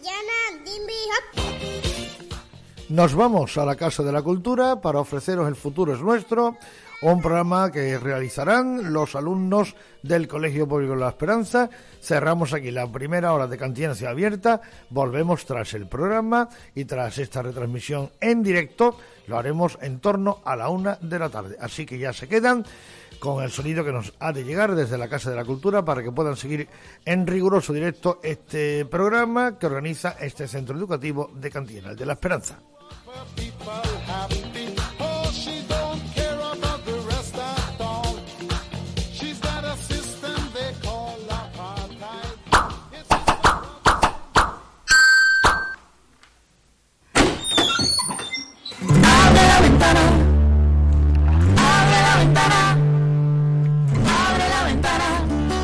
Cantillana, Dimbi Hop. Nos vamos a la Casa de la Cultura para ofreceros El Futuro es Nuestro, un programa que realizarán los alumnos del Colegio Público de la Esperanza. Cerramos aquí la primera hora de Cantillana Ciudad Abierta, volvemos tras el programa y tras esta retransmisión en directo, lo haremos en torno a la 1 de la tarde, así que ya se quedan con el sonido que nos ha de llegar desde la Casa de la Cultura para que puedan seguir en riguroso directo este programa que organiza este centro educativo de Cantillana, el de la Esperanza. Abre la ventana, abre la ventana, abre la ventana,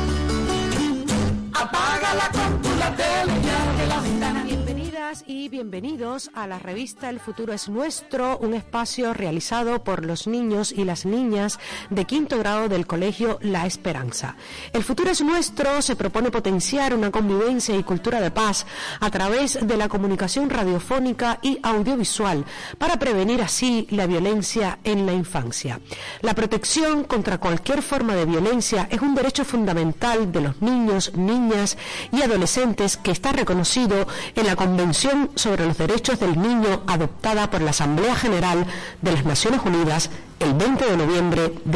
apaga la compu, la tele y abre la ventana. Bienvenidas y bienvenidos a la revista El Futuro es Nuestro, un espacio realizado por los niños y las niñas de quinto grado del Colegio La Esperanza. El Futuro es Nuestro se propone potenciar una convivencia y cultura de paz a través de la comunicación radiofónica y audiovisual para prevenir así la violencia en la infancia. La protección contra cualquier forma de violencia es un derecho fundamental de los niños, niñas y adolescentes que está reconocido en la Convención sobre los Derechos del Niño adoptada por la Asamblea General de las Naciones Unidas el 20 de noviembre de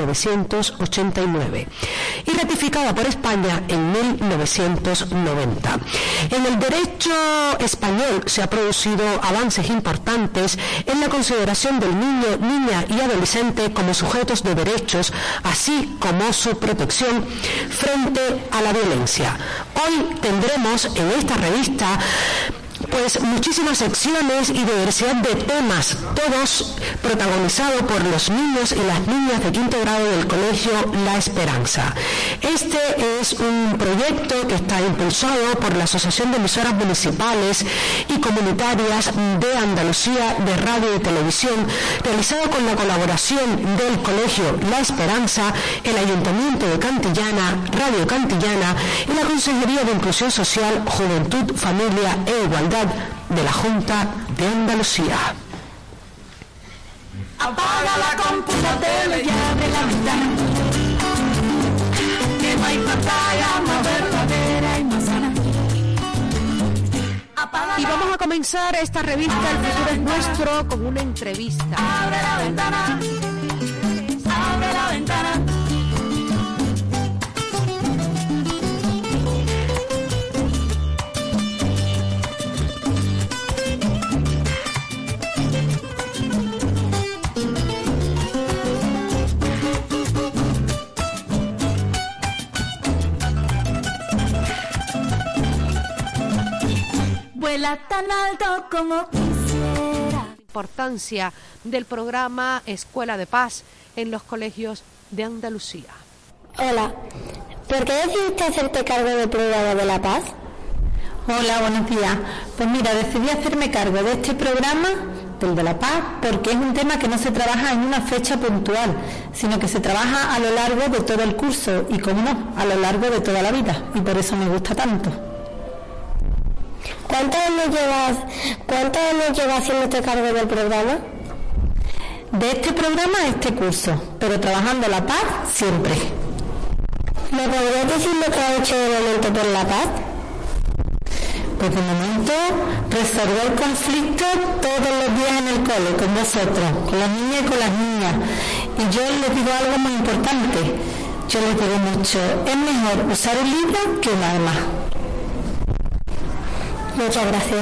1989 y ratificada por España en 1990. En el derecho español se han producido avances importantes en la consideración del niño, niña y adolescente como sujetos de derechos, así como su protección frente a la violencia. Hoy tendremos en esta revista pues muchísimas secciones y diversidad de temas, todos protagonizados por los niños y las niñas de quinto grado del Colegio La Esperanza. Este es un proyecto que está impulsado por la Asociación de Emisoras Municipales y Comunitarias de Andalucía de Radio y Televisión, realizado con la colaboración del Colegio La Esperanza, el Ayuntamiento de Cantillana, Radio Cantillana y la Consejería de Inclusión Social, Juventud, Familia e Igualdad de la Junta de Andalucía. Apaga la compu, la tele y abre la ventana, que no hay pantalla más verdadera y más sana. Y vamos a comenzar esta revista El Futuro es Nuestro con una entrevista. Abre la ventana, abre la ventana. Vuela tan alto como quisiera. Importancia del programa Escuela de Paz en los colegios de Andalucía. Hola, ¿por qué decidiste hacerte cargo del programa de la paz? Hola, buenos días. Pues mira, decidí hacerme cargo de este programa, del de la paz, porque es un tema que no se trabaja en una fecha puntual, sino que se trabaja a lo largo de todo el curso y, como no, a lo largo de toda la vida, y por eso me gusta tanto. ¿Cuántos años llevas haciéndote cargo del programa? De este programa a este curso, pero trabajando la paz siempre. ¿Me podrías decir lo que has hecho de momento por la paz? Pues de momento, resolver conflictos todos los días en el cole, con vosotros, con las niñas y con las niñas. Y yo les digo algo muy importante. Yo les digo mucho, es mejor usar un libro que un arma. Muchas gracias.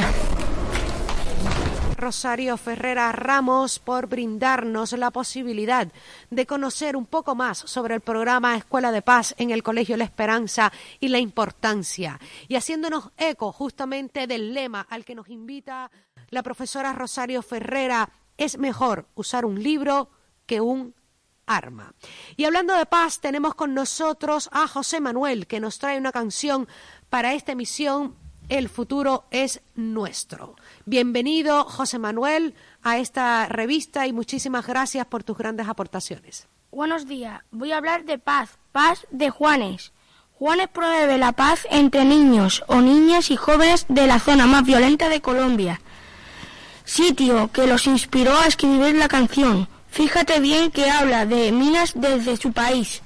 Rosario Ferrera Ramos por brindarnos la posibilidad de conocer un poco más sobre el programa Escuela de Paz en el Colegio La Esperanza y la importancia, y haciéndonos eco justamente del lema al que nos invita la profesora Rosario Ferrera: es mejor usar un libro que un arma. Y hablando de paz, tenemos con nosotros a José Manuel, que nos trae una canción para esta emisión El Futuro es Nuestro. Bienvenido, José Manuel, a esta revista y muchísimas gracias por tus grandes aportaciones. Buenos días, voy a hablar de paz, paz de Juanes. Juanes promueve la paz entre niños o niñas y jóvenes de la zona más violenta de Colombia, sitio que los inspiró a escribir la canción. Fíjate bien que habla de minas desde su país.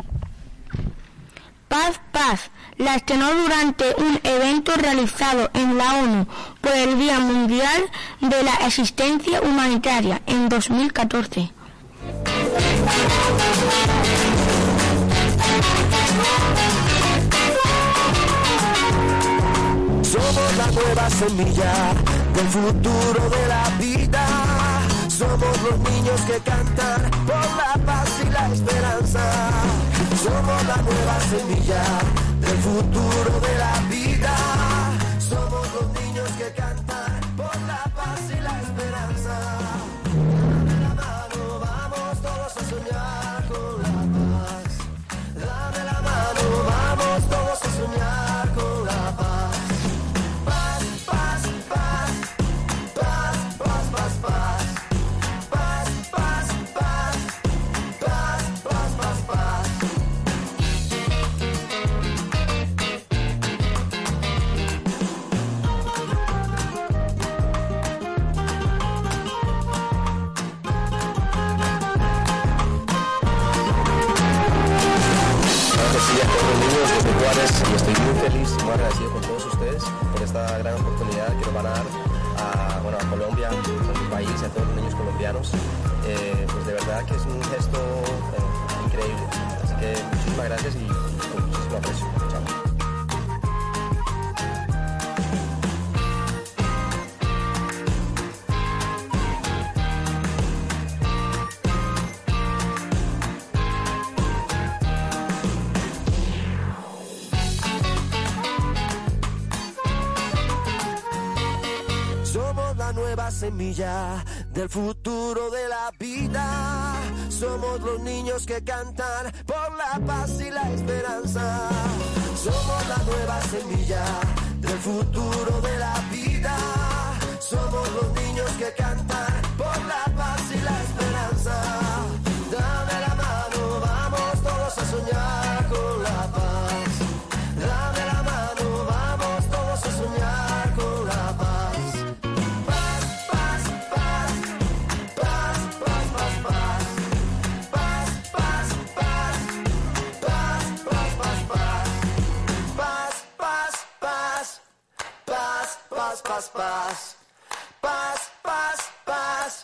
Paz, paz, la estrenó durante un evento realizado en la ONU por el Día Mundial de la Asistencia Humanitaria en 2014. Somos la nueva semilla del futuro de la vida. Somos los niños que cantan por la paz y la esperanza. Somos la nueva semilla del futuro de la vida. Somos los niños que cantan por la paz y la esperanza. Dame la mano, vamos todos a soñar con la paz. Dame la mano, vamos todos a soñar con la paz. Paz, paz, paz, paz, paz, paz, paz. Paz, paz, paz, paz, paz, paz, paz. Sí, a todos los niños desde Juárez, y estoy muy feliz y muy agradecido con todos ustedes por esta gran oportunidad que nos van a dar a Colombia, a mi país, a todos los niños colombianos. Pues de verdad que es un gesto increíble. Así que muchísimas gracias y con muchísimo aprecio. Chao. Somos la nueva semilla del futuro de la vida. Somos los niños que cantan por la paz y la esperanza. Somos la nueva semilla del futuro de la vida. Somos los niños que cantan por la paz y la esperanza. Dame la mano, vamos todos a soñar con la paz. Dame la mano, vamos todos a soñar con la paz. Paz, paz, paz, paz, paz, paz, paz. Paz, paz, paz, paz, paz, paz, paz. Paz, paz, paz, paz, paz, paz, paz. Paz, paz, paz,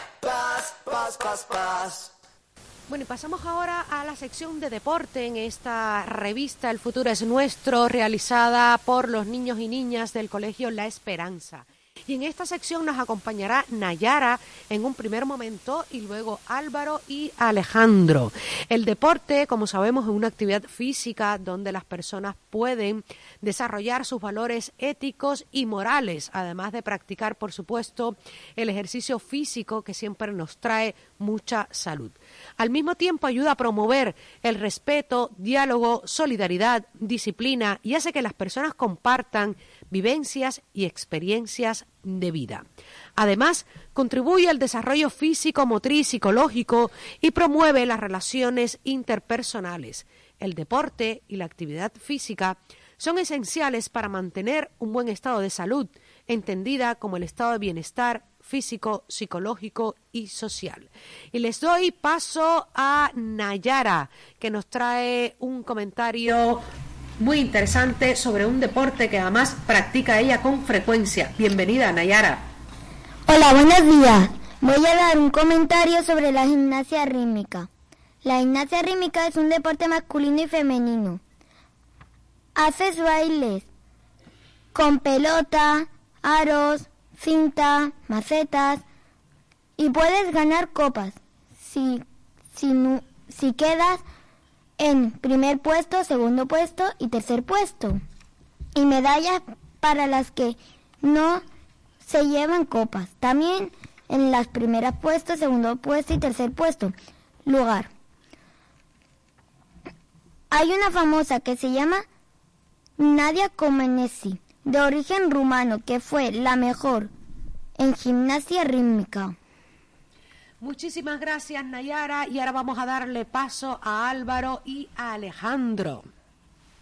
paz, paz, paz, paz. Bueno, y pasamos ahora a la sección de deporte en esta revista El Futuro es Nuestro, realizada por los niños y niñas del Colegio La Esperanza. Y en esta sección nos acompañará Nayara en un primer momento y luego Álvaro y Alejandro. El deporte, como sabemos, es una actividad física donde las personas pueden desarrollar sus valores éticos y morales, además de practicar, por supuesto, el ejercicio físico que siempre nos trae mucha salud. Al mismo tiempo ayuda a promover el respeto, diálogo, solidaridad, disciplina y hace que las personas compartan vivencias y experiencias de vida. Además, contribuye al desarrollo físico, motriz, psicológico y promueve las relaciones interpersonales. El deporte y la actividad física son esenciales para mantener un buen estado de salud, entendida como el estado de bienestar físico, psicológico y social. Y les doy paso a Nayara, que nos trae un comentario muy interesante sobre un deporte que además practica ella con frecuencia. Bienvenida, Nayara. Hola, buenos días. Voy a dar un comentario sobre la gimnasia rítmica. La gimnasia rítmica es un deporte masculino y femenino. Haces bailes con pelota, aros, cinta, macetas y puedes ganar copas si quedas en primer puesto, segundo puesto y tercer puesto. Y medallas para las que no se llevan copas. También en las primeras puestos, segundo puesto y tercer puesto. Lugar. Hay una famosa que se llama Nadia Comaneci, de origen rumano, que fue la mejor en gimnasia rítmica. Muchísimas gracias, Nayara, y ahora vamos a darle paso a Álvaro y a Alejandro.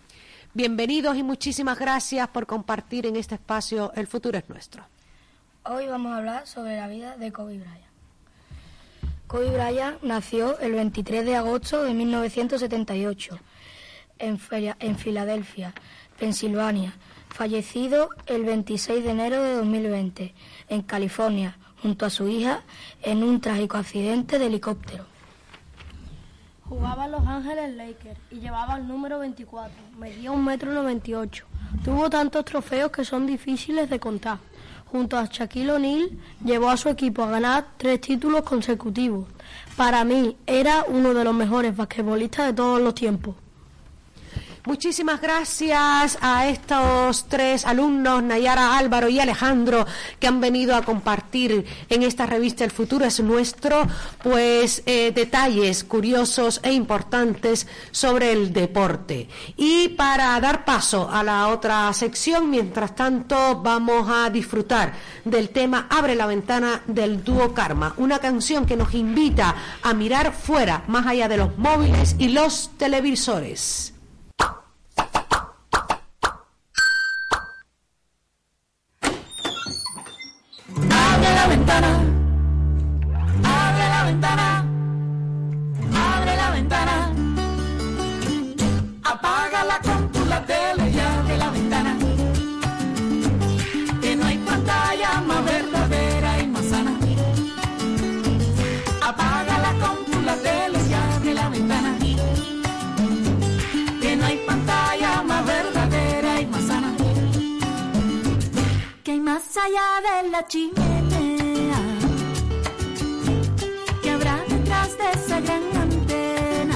Bienvenidos y muchísimas gracias por compartir en este espacio El Futuro es Nuestro. Hoy vamos a hablar sobre la vida de Kobe Bryant. Kobe Bryant nació el 23 de agosto de 1978 en Filadelfia, Pensilvania, fallecido el 26 de enero de 2020 en California, junto a su hija en un trágico accidente de helicóptero. Jugaba en Los Ángeles Lakers y llevaba el número 24, medía 1,98 m. Tuvo tantos trofeos que son difíciles de contar. Junto a Shaquille O'Neal llevó a su equipo a ganar 3 títulos consecutivos. Para mí era uno de los mejores basquetbolistas de todos los tiempos. Muchísimas gracias a estos 3 alumnos, Nayara, Álvaro y Alejandro, que han venido a compartir en esta revista El Futuro es Nuestro, pues detalles curiosos e importantes sobre el deporte. Y para dar paso a la otra sección, mientras tanto vamos a disfrutar del tema Abre la Ventana del dúo Karma, una canción que nos invita a mirar fuera, más allá de los móviles y los televisores. Abre la ventana, abre la ventana, abre la ventana. Apaga la compu, la tele y abre la ventana. Que no hay pantalla más verdadera y más sana. Apaga la compu, la tele y abre la ventana. Que no hay pantalla más verdadera y más sana. Que hay más allá de la chimenea, que habrá detrás de esa gran antena.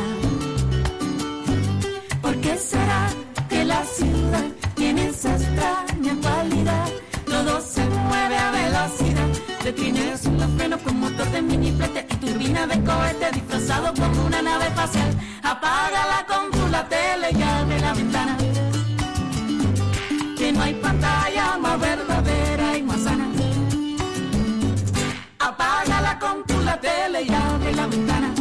¿Por qué será que la ciudad tiene esa extraña cualidad? Todo se mueve a velocidad, de trineos en los frenos con motor de miniflete y turbina de cohete disfrazado como una nave espacial. Apaga la compu, la tele y abre la ventana. Que no hay pantalla más verdadera y más sana. Apaga la compu, la tele y abre la ventana.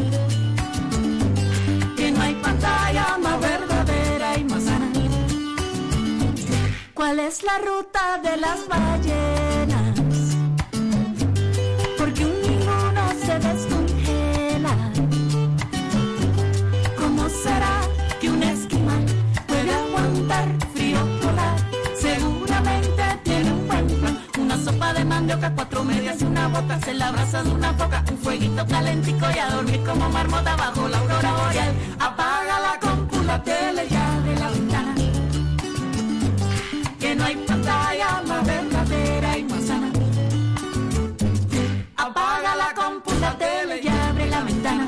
Que no hay pantalla más verdadera y más sana. ¿Cuál es la ruta de las ballenas? Porque un ninguno se descongela. ¿Cómo será que un esquimal puede aguantar frío polar? Seguramente tiene un buen plan, una sopa de mandioca, 4 medias y una bota, se la abraza de una foca, un fueguito calentico y a dormir como marmota bajo la aurora boreal. Apaga la compu, la tele y abre la ventana. Que no hay pantalla más verdadera y más sana. Apaga la compu, la tele y abre la ventana.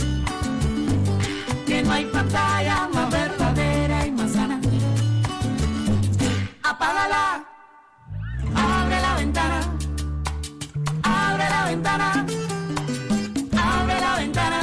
Que no hay pantalla más verdadera y más sana. Apágala, abre la ventana, abre la ventana, abre la ventana.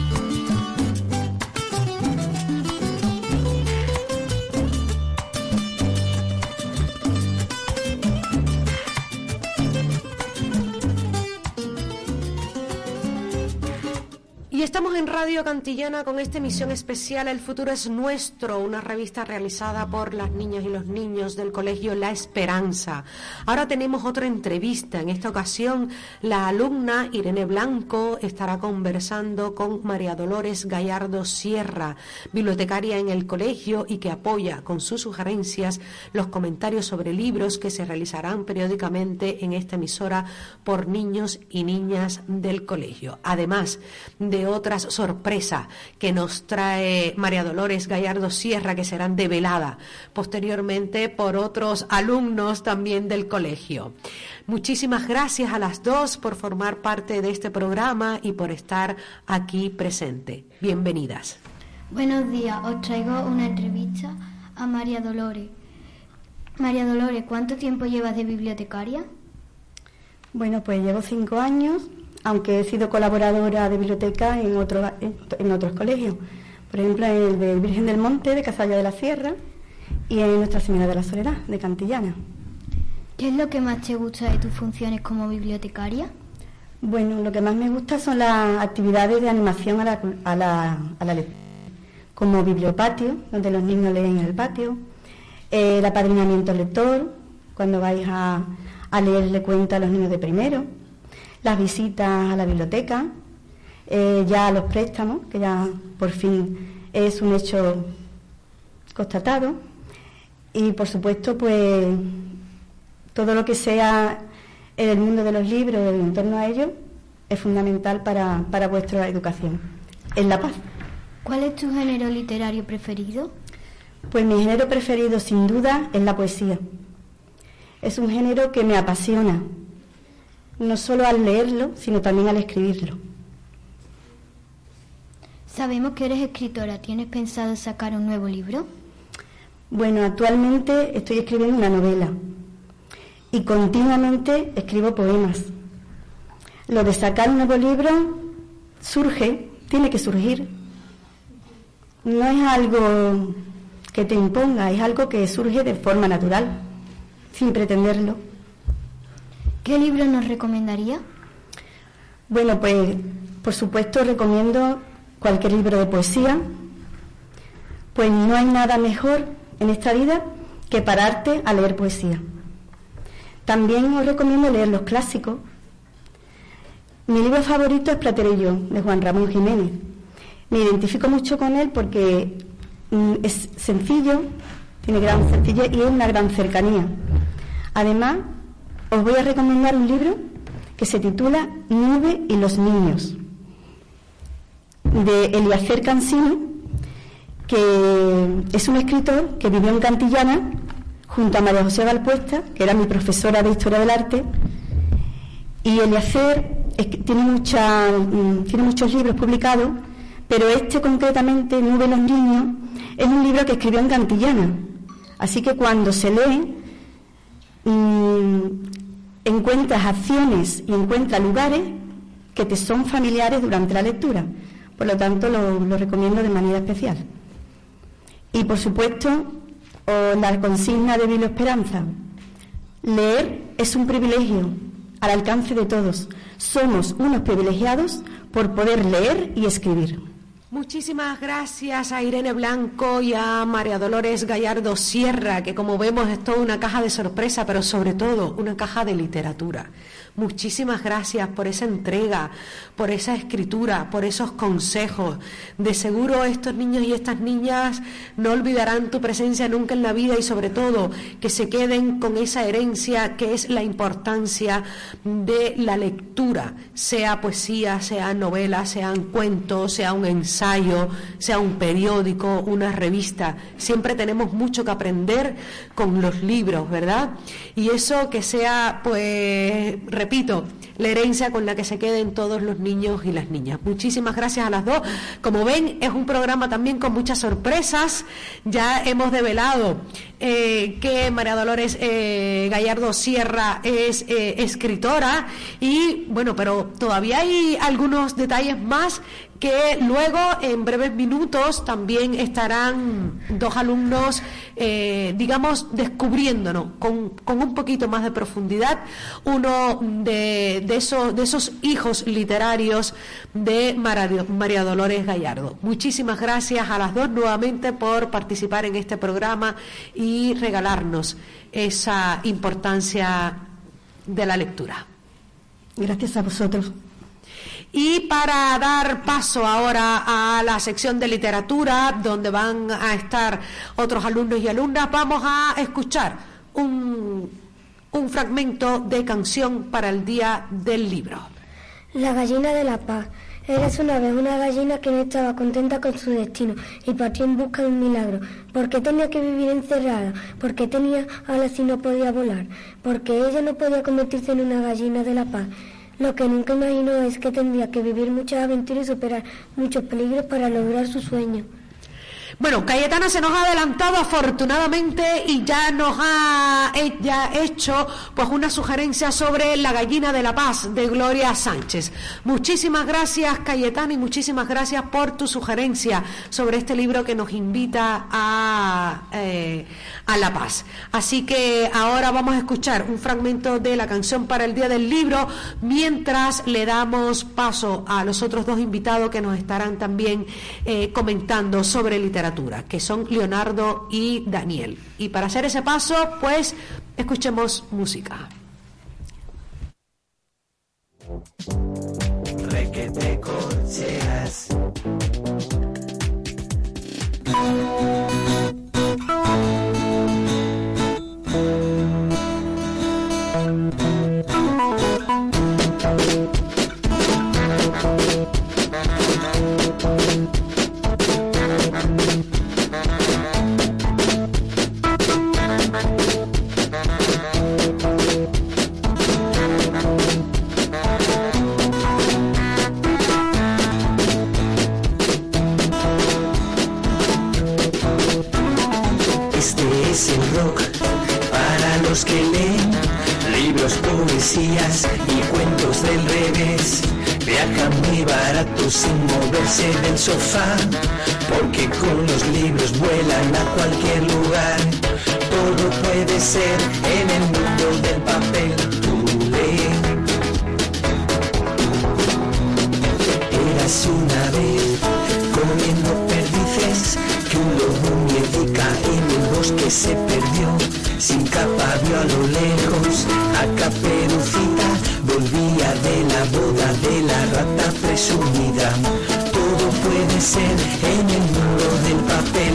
Y estamos en Radio Cantillana con esta emisión especial El Futuro es Nuestro, una revista realizada por las niñas y los niños del Colegio La Esperanza. Ahora tenemos otra entrevista. En esta ocasión, la alumna Irene Blanco estará conversando con María Dolores Gallardo Sierra, bibliotecaria en el colegio y que apoya con sus sugerencias los comentarios sobre libros que se realizarán periódicamente en esta emisora por niños y niñas del colegio. Además de otras sorpresas que nos trae María Dolores Gallardo Sierra, que serán develadas posteriormente por otros alumnos también del colegio. Muchísimas gracias a las dos por formar parte de este programa y por estar aquí presente. Bienvenidas. Buenos días, os traigo una entrevista a María Dolores. María Dolores, ¿cuánto tiempo llevas de bibliotecaria? Bueno, pues llevo 5 años, aunque he sido colaboradora de biblioteca en otros colegios. Por ejemplo, en el de Virgen del Monte, de Cazalla de la Sierra, y en Nuestra Señora de la Soledad, de Cantillana. ¿Qué es lo que más te gusta de tus funciones como bibliotecaria? Bueno, lo que más me gusta son las actividades de animación a la lectura. como bibliopatio, donde los niños leen en el patio, el apadrinamiento lector, cuando vais a leerle cuentos a los niños de primero, las visitas a la biblioteca, ya los préstamos, que ya por fin es un hecho constatado, y por supuesto pues todo lo que sea en el mundo de los libros y en torno a ellos es fundamental para vuestra educación en La Paz. ¿Cuál es tu género literario preferido? Pues mi género preferido sin duda es la poesía. Es un género que me apasiona, no solo al leerlo, sino también al escribirlo. Sabemos que eres escritora. ¿Tienes pensado sacar un nuevo libro? Bueno, actualmente estoy escribiendo una novela y continuamente escribo poemas. Lo de sacar un nuevo libro surge, tiene que surgir. No es algo que te imponga, es algo que surge de forma natural, sin pretenderlo. ¿Qué libro nos recomendaría? Bueno, pues por supuesto recomiendo cualquier libro de poesía, pues no hay nada mejor en esta vida que pararte a leer poesía. También os recomiendo leer los clásicos. Mi libro favorito es Platero y yo, de Juan Ramón Jiménez. Me identifico mucho con él porque es sencillo, tiene gran sencillez y es una gran cercanía. Además, os voy a recomendar un libro que se titula Nube y los niños, de Eliacer Cansino, que es un escritor que vivió en Cantillana junto a María José Valpuesta, que era mi profesora de Historia del Arte, y Eliacer tiene muchos libros publicados, pero este concretamente, Nube y los niños, es un libro que escribió en Cantillana, así que cuando se lee encuentras acciones y encuentras lugares que te son familiares durante la lectura. Por lo tanto, lo recomiendo de manera especial. Y, por supuesto, la consigna de Biblioesperanza. Leer es un privilegio al alcance de todos. Somos unos privilegiados por poder leer y escribir. Muchísimas gracias a Irene Blanco y a María Dolores Gallardo Sierra, que como vemos es toda una caja de sorpresa, pero sobre todo una caja de literatura. Muchísimas gracias por esa entrega, por esa escritura, por esos consejos. De seguro estos niños y estas niñas no olvidarán tu presencia nunca en la vida y sobre todo que se queden con esa herencia que es la importancia de la lectura, sea poesía, sea novela, sean cuentos, sea un ensayo, sea un periódico, una revista. Siempre tenemos mucho que aprender con los libros, ¿verdad? Y eso que sea, pues, repito, la herencia con la que se queden todos los niños y las niñas. Muchísimas gracias a las dos. Como ven, es un programa también con muchas sorpresas. Ya hemos develado que María Dolores Gallardo Sierra es escritora y, bueno, pero todavía hay algunos detalles más que luego en breves minutos también estarán dos alumnos, digamos, descubriéndonos con un poquito más de profundidad uno de esos hijos literarios de María Dolores Gallardo. Muchísimas gracias a las dos nuevamente por participar en este programa y regalarnos esa importancia de la lectura. Gracias a vosotros. Y para dar paso ahora a la sección de literatura, donde van a estar otros alumnos y alumnas, vamos a escuchar un fragmento de canción para el Día del Libro. La gallina de la paz. Érase una vez una gallina que no estaba contenta con su destino y partió en busca de un milagro. ¿Por qué tenía que vivir encerrada? ¿Por qué tenía alas y no podía volar? Porque ella no podía convertirse en una gallina de la paz. Lo que nunca imaginó es que tendría que vivir muchas aventuras y superar muchos peligros para lograr su sueño. Bueno, Cayetana se nos ha adelantado afortunadamente y ya nos ha hecho pues una sugerencia sobre La gallina de la paz de Gloria Sánchez. Muchísimas gracias, Cayetana, y muchísimas gracias por tu sugerencia sobre este libro que nos invita a la paz. Así que ahora vamos a escuchar un fragmento de la canción para el Día del Libro, mientras le damos paso a los otros dos invitados que nos estarán también comentando sobre literatura, que son Leonardo y Daniel. Y para hacer ese paso, pues escuchemos música. Requete corcheas. Es el rock para los que leen libros, poesías y cuentos del revés. Viajan muy barato sin moverse del sofá, porque con los libros vuelan a cualquier lugar. Todo puede ser en el mundo del papel. Tú lee. Eras una vez comiendo perdices que un lobo miedica en el bosque se perdió. Sin capa vio a lo lejos a Caperucita, volvía de la boda de la rata presumida. Todo puede ser en el mundo del papel.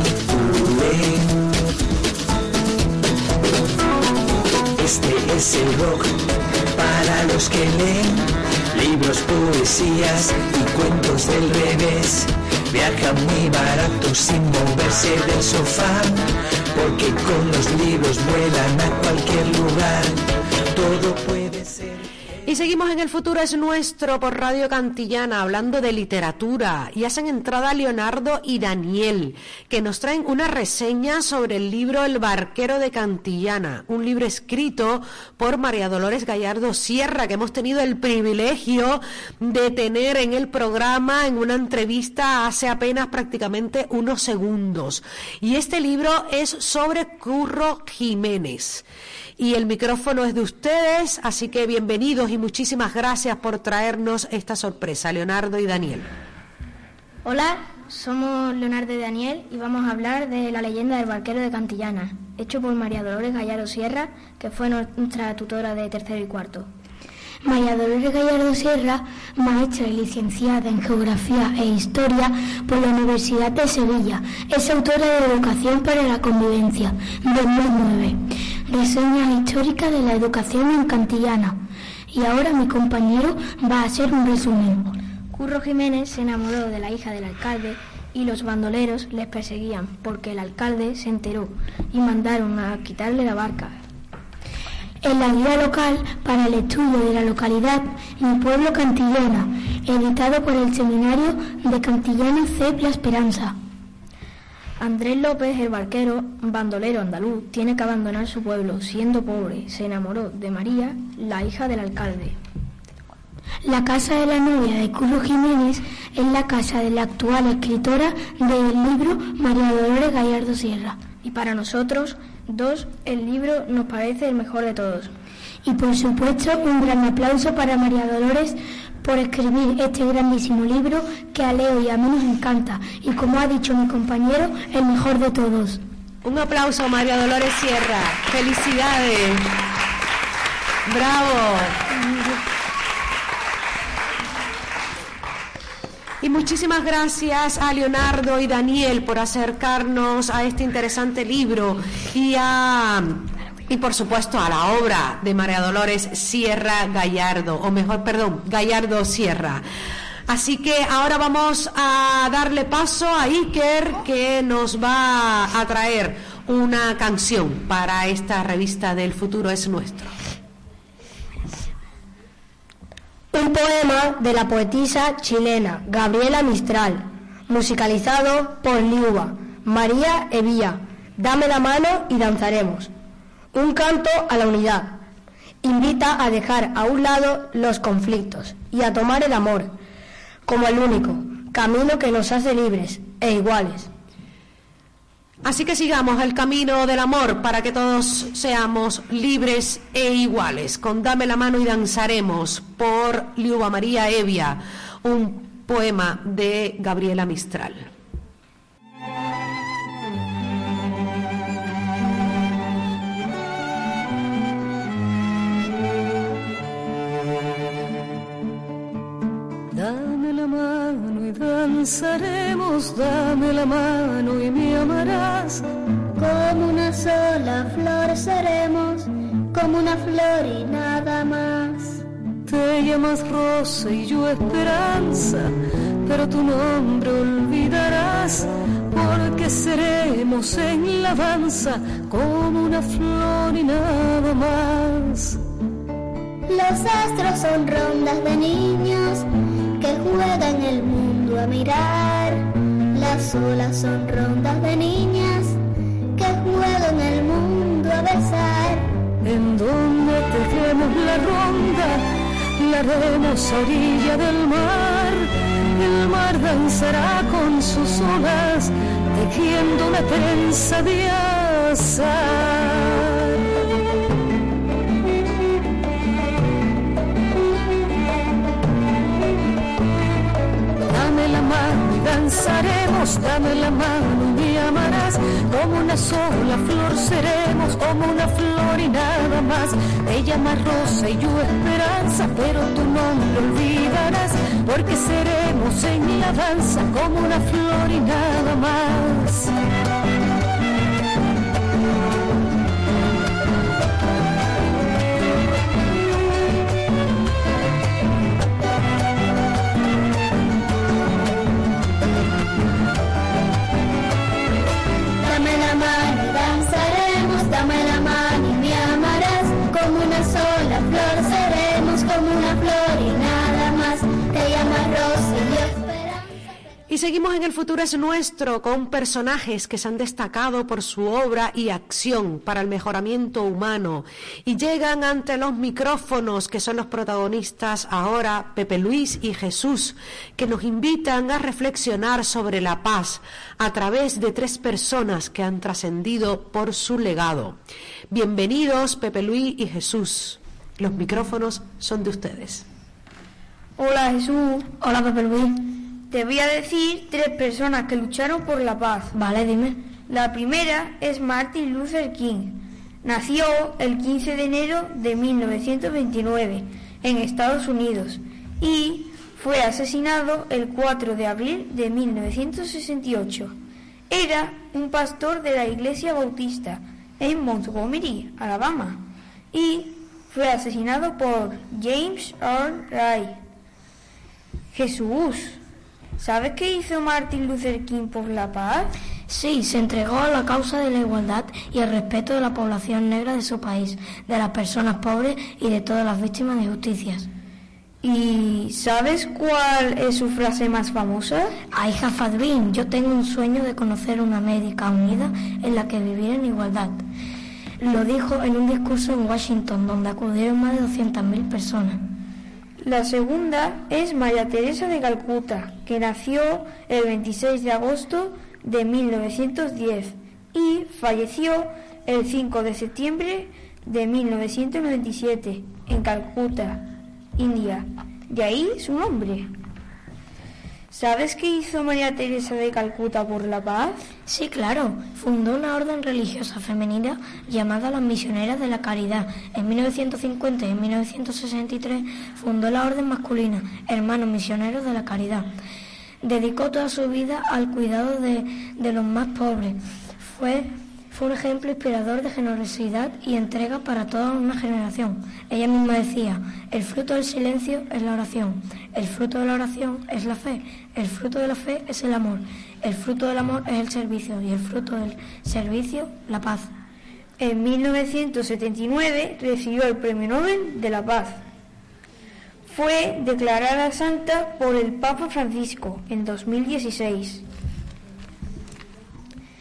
Este es el rock para los que leen libros, poesías y cuentos del revés. Viaja muy barato sin moverse del sofá, porque con los libros vuelan a cualquier lugar. Todo puede ser. Y seguimos en El Futuro es Nuestro por Radio Cantillana, hablando de literatura, y hacen entrada Leonardo y Daniel, que nos traen una reseña sobre el libro El Barquero de Cantillana, un libro escrito por María Dolores Gallardo Sierra, que hemos tenido el privilegio de tener en el programa en una entrevista hace apenas prácticamente unos segundos. Y este libro es sobre Curro Jiménez. Y el micrófono es de ustedes, así que bienvenidos y muchísimas gracias por traernos esta sorpresa, Leonardo y Daniel. Hola, somos Leonardo y Daniel y vamos a hablar de La leyenda del barquero de Cantillana, hecho por María Dolores Gallardo Sierra, que fue nuestra tutora de tercero y cuarto. María Dolores Gallardo Sierra, maestra y licenciada en Geografía e Historia por la Universidad de Sevilla, es autora de Educación para la Convivencia, 2009, reseñas históricas de la educación en Cantillana. Y ahora mi compañero va a hacer un resumen. Curro Jiménez se enamoró de la hija del alcalde y los bandoleros les perseguían porque el alcalde se enteró y mandaron a quitarle la barca. En la guía local para el estudio de la localidad Mi Pueblo Cantillana, editado por el Seminario de Cantillana C. La Esperanza. Andrés López, el barquero, bandolero andaluz, tiene que abandonar su pueblo. Siendo pobre, se enamoró de María, la hija del alcalde. La casa de la novia de Curro Jiménez es la casa de la actual escritora del libro María Dolores Gallardo Sierra. Y para nosotros dos, el libro nos parece el mejor de todos. Y por supuesto, un gran aplauso para María Dolores por escribir este grandísimo libro que a Leo y a mí nos encanta. Y como ha dicho mi compañero, el mejor de todos. Un aplauso a María Dolores Sierra. ¡Felicidades! ¡Bravo! Y muchísimas gracias a Leonardo y Daniel por acercarnos a este interesante libro y por supuesto a la obra de María Dolores Sierra Gallardo, Gallardo Sierra. Así que ahora vamos a darle paso a Iker, que nos va a traer una canción para esta revista del Futuro es Nuestro. Un poema de la poetisa chilena Gabriela Mistral, musicalizado por Liuba, María Evía, dame la mano y danzaremos. Un canto a la unidad. Invita a dejar a un lado los conflictos y a tomar el amor como el único camino que nos hace libres e iguales. Así que sigamos el camino del amor para que todos seamos libres e iguales. Con Dame la mano y danzaremos, por Liuba María Evia, un poema de Gabriela Mistral. Dame la mano y danzaremos, dame la mano y me amarás. Como una sola flor seremos, como una flor y nada más. Te llamas Rosa y yo Esperanza, pero tu nombre olvidarás, porque seremos en la danza como una flor y nada más. Los astros son rondas de niños que juegan el mundo a mirar. Las olas son rondas de niñas que juegan el mundo a besar. En donde tejemos la ronda, la haremos a orilla del mar. El mar danzará con sus olas, tejiendo una trenza de azar. Dame la mano y danzaremos, dame la mano y me amarás. Como una sola flor seremos, como una flor y nada más. Te llamas Rosa y yo Esperanza, pero tu nombre olvidarás, porque seremos en la danza como una flor y nada más. Dame la mano y danzaremos, dame la mano y me amarás. Como una sola flor seremos, como una flor y nada más. Te llamas Rosa y yo Esperanza. Y seguimos en El Futuro es Nuestro con personajes que se han destacado por su obra y acción para el mejoramiento humano. Y llegan ante los micrófonos, que son los protagonistas ahora, Pepe Luis y Jesús, que nos invitan a reflexionar sobre la paz a través de 3 personas que han trascendido por su legado. Bienvenidos, Pepe Luis y Jesús. Los micrófonos son de ustedes. Hola Jesús. Hola Pepe Luis. Te voy a decir 3 personas que lucharon por la paz. Vale, dime. La primera es Martin Luther King. Nació el 15 de enero de 1929 en Estados Unidos y fue asesinado el 4 de abril de 1968. Era un pastor de la Iglesia Bautista en Montgomery, Alabama, y fue asesinado por James Earl Ray. Jesús, ¿sabes qué hizo Martin Luther King por la paz? Sí, se entregó a la causa de la igualdad y el respeto de la población negra de su país, de las personas pobres y de todas las víctimas de justicias. ¿Y sabes cuál es su frase más famosa? I have a dream. Yo tengo un sueño de conocer una América unida en la que vivir en igualdad. Lo dijo en un discurso en Washington, donde acudieron más de 200.000 personas. La segunda es María Teresa de Calcuta, que nació el 26 de agosto de 1910 y falleció el 5 de septiembre de 1997 en Calcuta, India. De ahí su nombre. ¿Sabes qué hizo María Teresa de Calcuta por la paz? Sí, claro. Fundó una orden religiosa femenina llamada las Misioneras de la Caridad. En 1950 y en 1963 fundó la orden masculina, Hermanos Misioneros de la Caridad. Dedicó toda su vida al cuidado de los más pobres. Fue un ejemplo inspirador de generosidad y entrega para toda una generación. Ella misma decía: el fruto del silencio es la oración, el fruto de la oración es la fe, el fruto de la fe es el amor, el fruto del amor es el servicio y el fruto del servicio, la paz. En 1979 recibió el Premio Nobel de la Paz. Fue declarada santa por el Papa Francisco en 2016.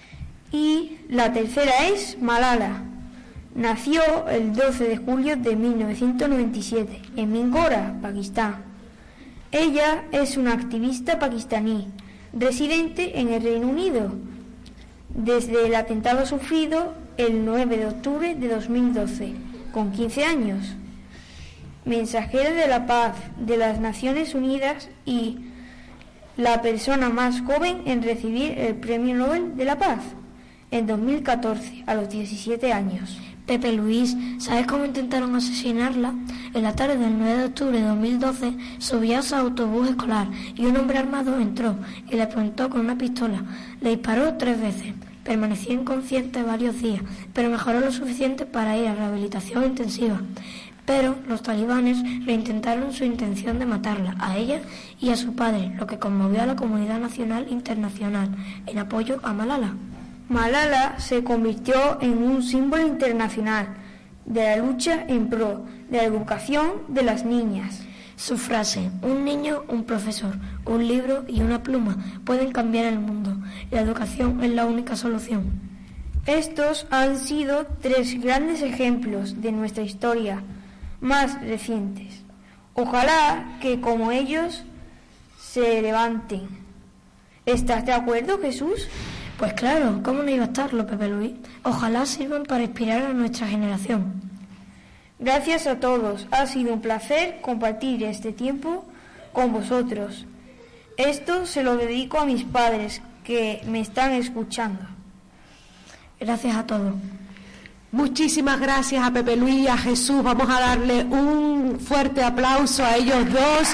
Y la tercera es Malala. Nació el 12 de julio de 1997 en Mingora, Pakistán. Ella es una activista pakistaní, residente en el Reino Unido, desde el atentado sufrido el 9 de octubre de 2012, con 15 años. Mensajera de la paz de las Naciones Unidas y la persona más joven en recibir el Premio Nobel de la Paz en 2014, a los 17 años. Pepe Luis, ¿sabes cómo intentaron asesinarla? En la tarde del 9 de octubre de 2012 subía a su autobús escolar y un hombre armado entró y le apuntó con una pistola. Le disparó 3 veces. Permaneció inconsciente varios días, pero mejoró lo suficiente para ir a rehabilitación intensiva. Pero los talibanes reintentaron su intención de matarla, a ella y a su padre, lo que conmovió a la comunidad nacional e internacional en apoyo a Malala. Malala se convirtió en un símbolo internacional de la lucha en pro de la educación de las niñas. Su frase, un niño, un profesor, un libro y una pluma pueden cambiar el mundo. La educación es la única solución. Estos han sido 3 grandes ejemplos de nuestra historia más recientes. Ojalá que como ellos se levanten. ¿Estás de acuerdo, Jesús? Pues claro, ¿cómo no iba a estarlo, Pepe Luis? Ojalá sirvan para inspirar a nuestra generación. Gracias a todos, ha sido un placer compartir este tiempo con vosotros. Esto se lo dedico a mis padres que me están escuchando. Gracias a todos. Muchísimas gracias a Pepe Luis y a Jesús. Vamos a darle un fuerte aplauso a ellos dos,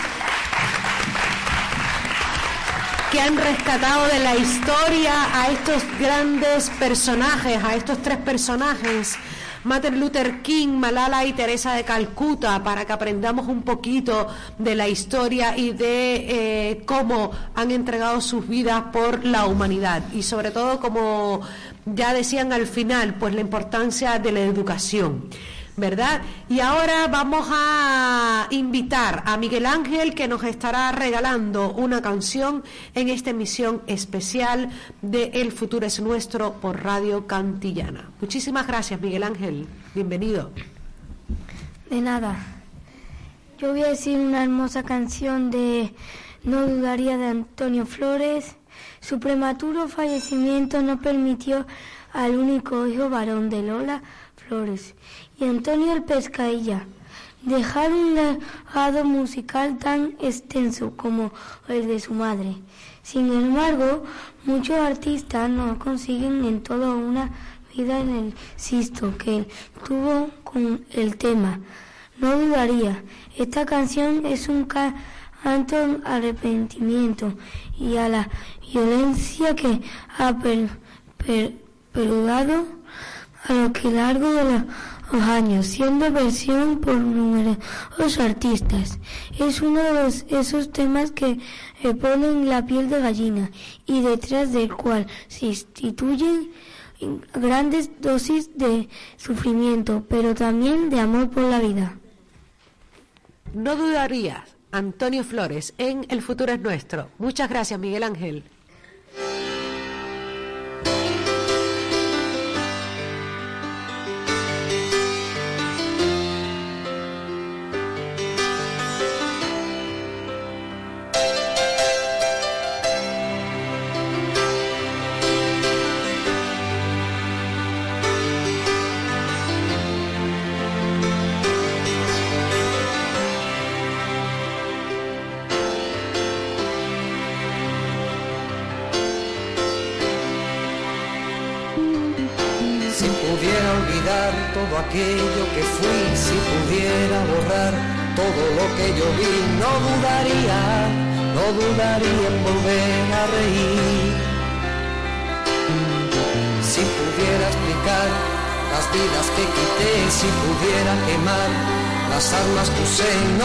que han rescatado de la historia a estos grandes personajes, a estos 3 personajes, Martin Luther King, Malala y Teresa de Calcuta, para que aprendamos un poquito de la historia y de cómo han entregado sus vidas por la humanidad. Y sobre todo, como ya decían al final, pues la importancia de la educación, ¿verdad? Y ahora vamos a invitar a Miguel Ángel, que nos estará regalando una canción en esta emisión especial de El Futuro es Nuestro por Radio Cantillana. Muchísimas gracias, Miguel Ángel. Bienvenido. De nada. Yo voy a decir una hermosa canción de No dudaría, de Antonio Flores. Su prematuro fallecimiento no permitió al único hijo varón de Lola Flores y Antonio el Pescadilla dejar un legado musical tan extenso como el de su madre. Sin embargo, muchos artistas no consiguen en toda una vida en el éxito que él tuvo con el tema No dudaría. Esta canción es un canto al arrepentimiento y a la violencia que ha perdurado a lo largo de los años, siendo versión por numerosos artistas. Es uno de esos temas que ponen la piel de gallina y detrás del cual se instituyen grandes dosis de sufrimiento, pero también de amor por la vida. No dudarías, Antonio Flores, en El Futuro es Nuestro. Muchas gracias, Miguel Ángel. Todo aquello que fui, si pudiera borrar todo lo que yo vi, no dudaría en volver a reír. Si pudiera explicar las vidas que quité, si pudiera quemar las armas que usé, no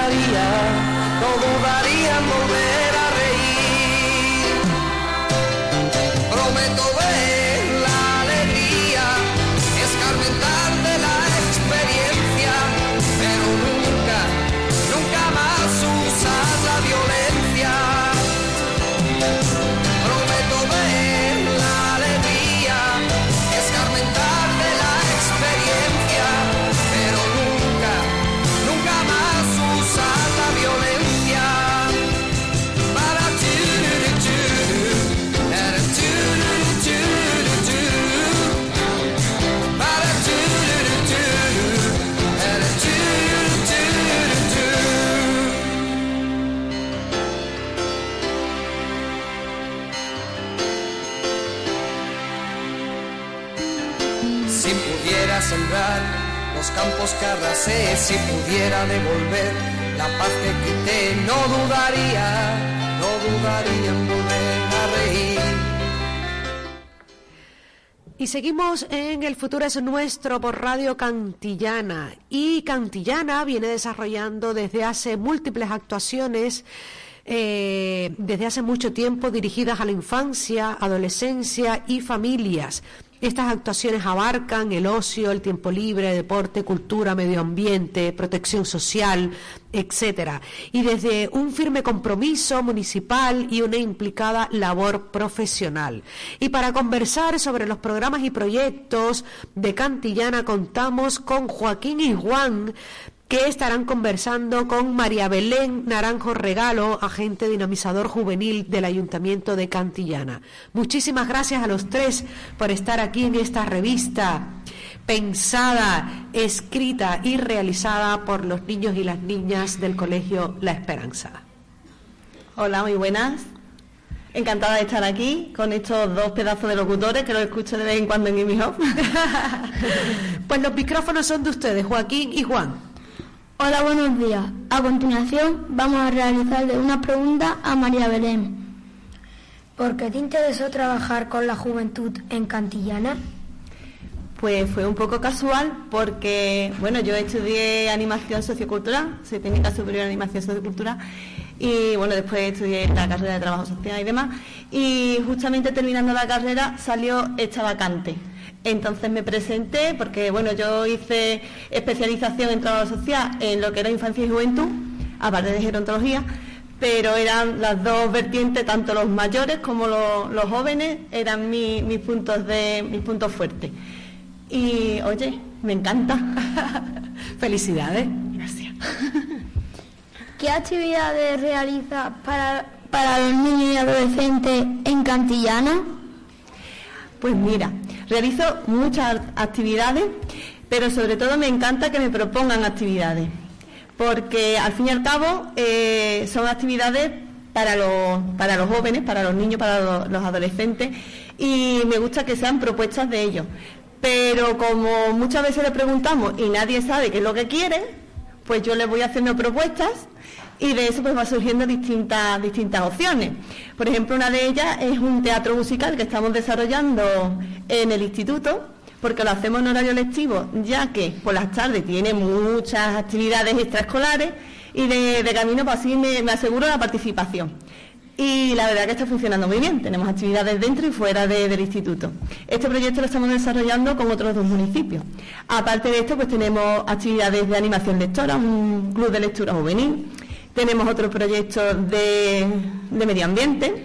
dudaría en volver a reír. Prometo ver la alegría escarmentar de la experiencia, pero nunca más usar la violencia. Prometo ver la alegría campos que arrasé, si pudiera devolver la paz que quité, no dudaría en volver a reír. Y seguimos en El Futuro es Nuestro por Radio Cantillana. Y Cantillana viene desarrollando desde hace múltiples actuaciones, desde hace mucho tiempo, dirigidas a la infancia, adolescencia y familias. Estas actuaciones abarcan el ocio, el tiempo libre, deporte, cultura, medio ambiente, protección social, etcétera. Y desde un firme compromiso municipal y una implicada labor profesional. Y para conversar sobre los programas y proyectos de Cantillana contamos con Joaquín y Juan, que estarán conversando con María Belén Naranjo Regalo, agente dinamizador juvenil del Ayuntamiento de Cantillana. Muchísimas gracias a los tres por estar aquí en esta revista pensada, escrita y realizada por los niños y las niñas del Colegio La Esperanza. Hola, muy buenas. Encantada de estar aquí con estos dos pedazos de locutores que los escucho de vez en cuando en mi home. Pues los micrófonos son de ustedes, Joaquín y Juan. Hola, buenos días. A continuación vamos a realizarle una pregunta a María Belén. ¿Por qué te interesó trabajar con la juventud en Cantillana? Pues fue un poco casual porque, bueno, yo estudié animación sociocultural, soy técnica superior en animación sociocultural y, bueno, después estudié la carrera de trabajo social y demás y justamente terminando la carrera salió esta vacante. Entonces me presenté porque, bueno, yo hice especialización en trabajo social en lo que era infancia y juventud, aparte de gerontología, pero eran las dos vertientes, tanto los mayores como los jóvenes, eran mis puntos fuertes. Y, oye, me encanta. Felicidades. Gracias. ¿Qué actividades realiza para los niños y adolescentes en Cantillana? Pues mira, realizo muchas actividades, pero sobre todo me encanta que me propongan actividades, porque al fin y al cabo son actividades para los jóvenes, para los niños, para los adolescentes, y me gusta que sean propuestas de ellos. Pero como muchas veces le preguntamos y nadie sabe qué es lo que quiere, pues yo les voy haciendo propuestas y de eso pues va surgiendo distintas opciones. Por ejemplo, una de ellas es un teatro musical que estamos desarrollando en el instituto, porque lo hacemos en horario lectivo, ya que por las tardes tiene muchas actividades extraescolares y de camino pues así me aseguro la participación. Y la verdad que está funcionando muy bien, tenemos actividades dentro y fuera del instituto. Este proyecto lo estamos desarrollando con otros dos municipios. Aparte de esto, pues tenemos actividades de animación lectora, un club de lectura juvenil, tenemos otro proyecto de medio ambiente.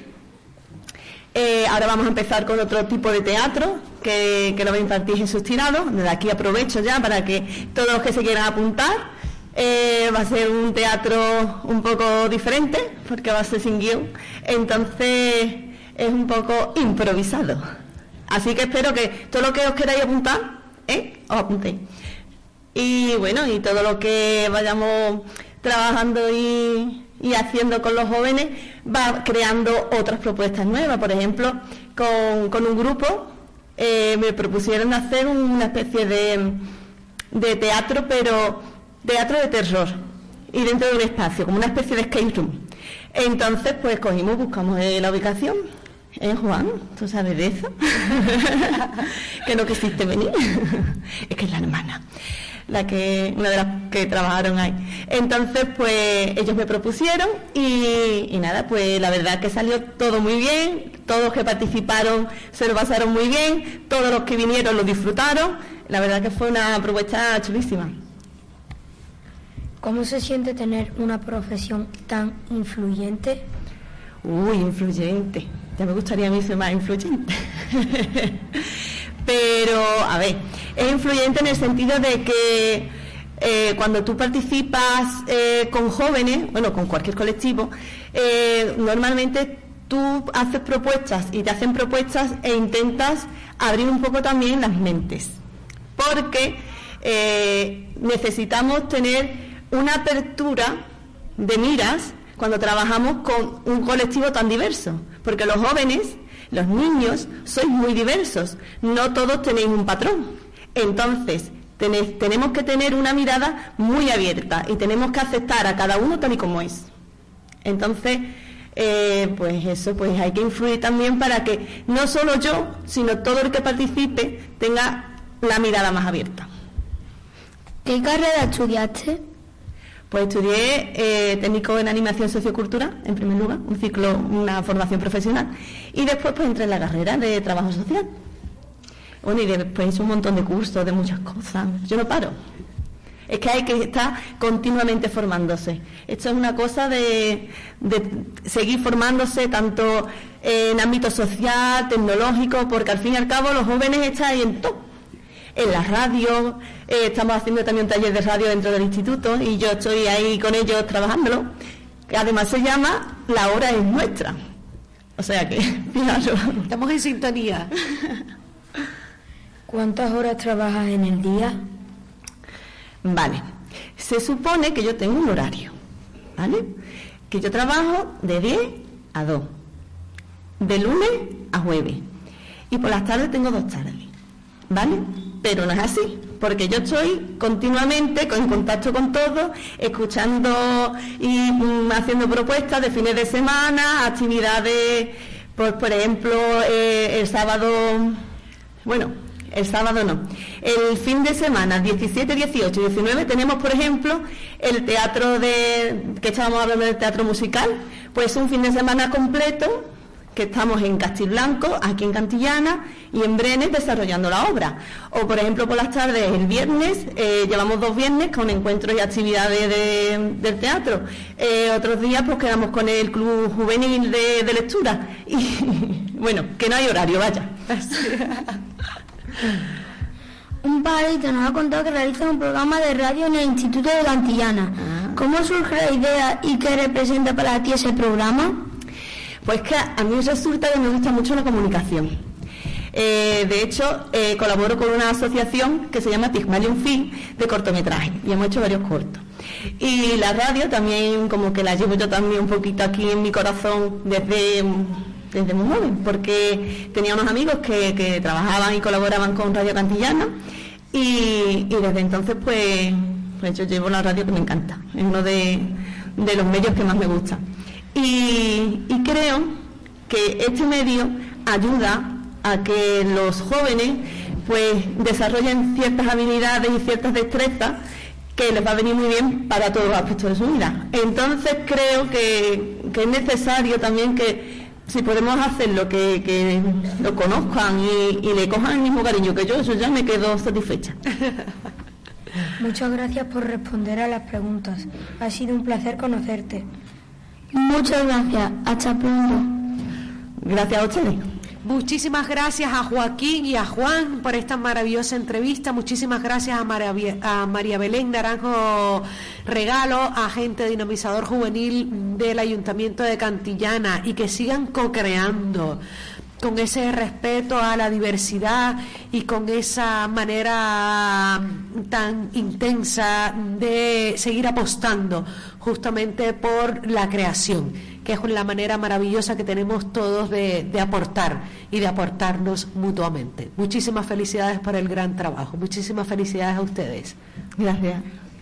Ahora vamos a empezar con otro tipo de teatro que lo va a impartir Jesús Tirado. Desde aquí aprovecho ya para que todos los que se quieran apuntar, va a ser un teatro un poco diferente porque va a ser sin guión, entonces es un poco improvisado, así que espero que todo lo que os queráis apuntar os apuntéis, y bueno, y todo lo que vayamos trabajando y haciendo con los jóvenes va creando otras propuestas nuevas. Por ejemplo, con un grupo me propusieron hacer una especie de teatro, pero teatro de terror, y dentro de un espacio, como una especie de escape room. Entonces, pues buscamos la ubicación. Juan, ¿tú sabes de eso? Que no quisiste venir. Es que es la hermana, una de las que trabajaron ahí. Entonces, pues ellos me propusieron y nada, pues la verdad que salió todo muy bien. Todos los que participaron se lo pasaron muy bien, todos los que vinieron lo disfrutaron. La verdad que fue una propuesta chulísima. ¿Cómo se siente tener una profesión tan influyente? Uy, influyente. Ya me gustaría a mí ser más influyente. Pero, a ver, es influyente en el sentido de que cuando tú participas con jóvenes, bueno, con cualquier colectivo, normalmente tú haces propuestas y te hacen propuestas e intentas abrir un poco también las mentes. Porque necesitamos tener una apertura de miras cuando trabajamos con un colectivo tan diverso, porque los jóvenes, los niños, sois muy diversos, no todos tenéis un patrón. Entonces, Tenemos que tener una mirada muy abierta y tenemos que aceptar a cada uno tal y como es. Entonces, pues hay que influir también para que no solo yo, sino todo el que participe tenga la mirada más abierta. ¿Qué carrera estudiaste? Pues estudié técnico en animación sociocultural, en primer lugar, un ciclo, una formación profesional, y después pues entré en la carrera de trabajo social. Bueno, y después hice un montón de cursos, de muchas cosas. Yo no paro. Es que hay que estar continuamente formándose. Esto es una cosa de seguir formándose tanto en ámbito social, tecnológico, porque al fin y al cabo los jóvenes están ahí en todo. En la radio, estamos haciendo también un taller de radio dentro del instituto y yo estoy ahí con ellos trabajándolo, que además se llama La Hora es Nuestra. O sea que, fijaros. Estamos en sintonía. ¿Cuántas horas trabajas en el día? Vale, se supone que yo tengo un horario, ¿vale? Que yo trabajo de 10 a 2, de lunes a jueves, y por las tardes tengo 2 tardes, ¿vale? Pero no es así, porque yo estoy continuamente en contacto con todos, escuchando y haciendo propuestas de fines de semana, actividades, pues, por ejemplo, el sábado no. El fin de semana, 17, 18 y 19, tenemos, por ejemplo, el teatro que estábamos hablando del teatro musical, pues un fin de semana completo que estamos en Castiblanco, aquí en Cantillana, y en Brenes desarrollando la obra. O, por ejemplo, por las tardes, el viernes, llevamos 2 viernes con encuentros y actividades del teatro. Otros días, pues quedamos con el Club Juvenil de Lectura. Y, bueno, que no hay horario, vaya. Un pajarito nos ha contado que realiza un programa de radio en el Instituto de Cantillana. ¿Cómo surge la idea y qué representa para ti ese programa? Pues que a mí resulta que me gusta mucho la comunicación. De hecho, colaboro con una asociación que se llama Pygmalion Film de cortometraje y hemos hecho varios cortos. Y la radio también, como que la llevo yo también un poquito aquí en mi corazón desde muy joven, porque tenía unos amigos que trabajaban y colaboraban con Radio Cantillana y desde entonces pues yo llevo la radio, que me encanta, es uno de los medios que más me gusta. Y creo que este medio ayuda a que los jóvenes pues desarrollen ciertas habilidades y ciertas destrezas que les va a venir muy bien para todos los aspectos de su vida. Entonces creo que es necesario también que si podemos hacerlo, que lo conozcan y le cojan el mismo cariño que yo, eso ya me quedo satisfecha. Muchas gracias por responder a las preguntas. Ha sido un placer conocerte. Muchas gracias. Hasta pronto. Gracias a ustedes. Muchísimas gracias a Joaquín y a Juan por esta maravillosa entrevista. Muchísimas gracias a María Belén Naranjo Regalo, agente dinamizador juvenil del Ayuntamiento de Cantillana, y que sigan co-creando con ese respeto a la diversidad y con esa manera tan intensa de seguir apostando justamente por la creación, que es la manera maravillosa que tenemos todos de aportar y de aportarnos mutuamente. Muchísimas felicidades por el gran trabajo. Muchísimas felicidades a ustedes. Gracias.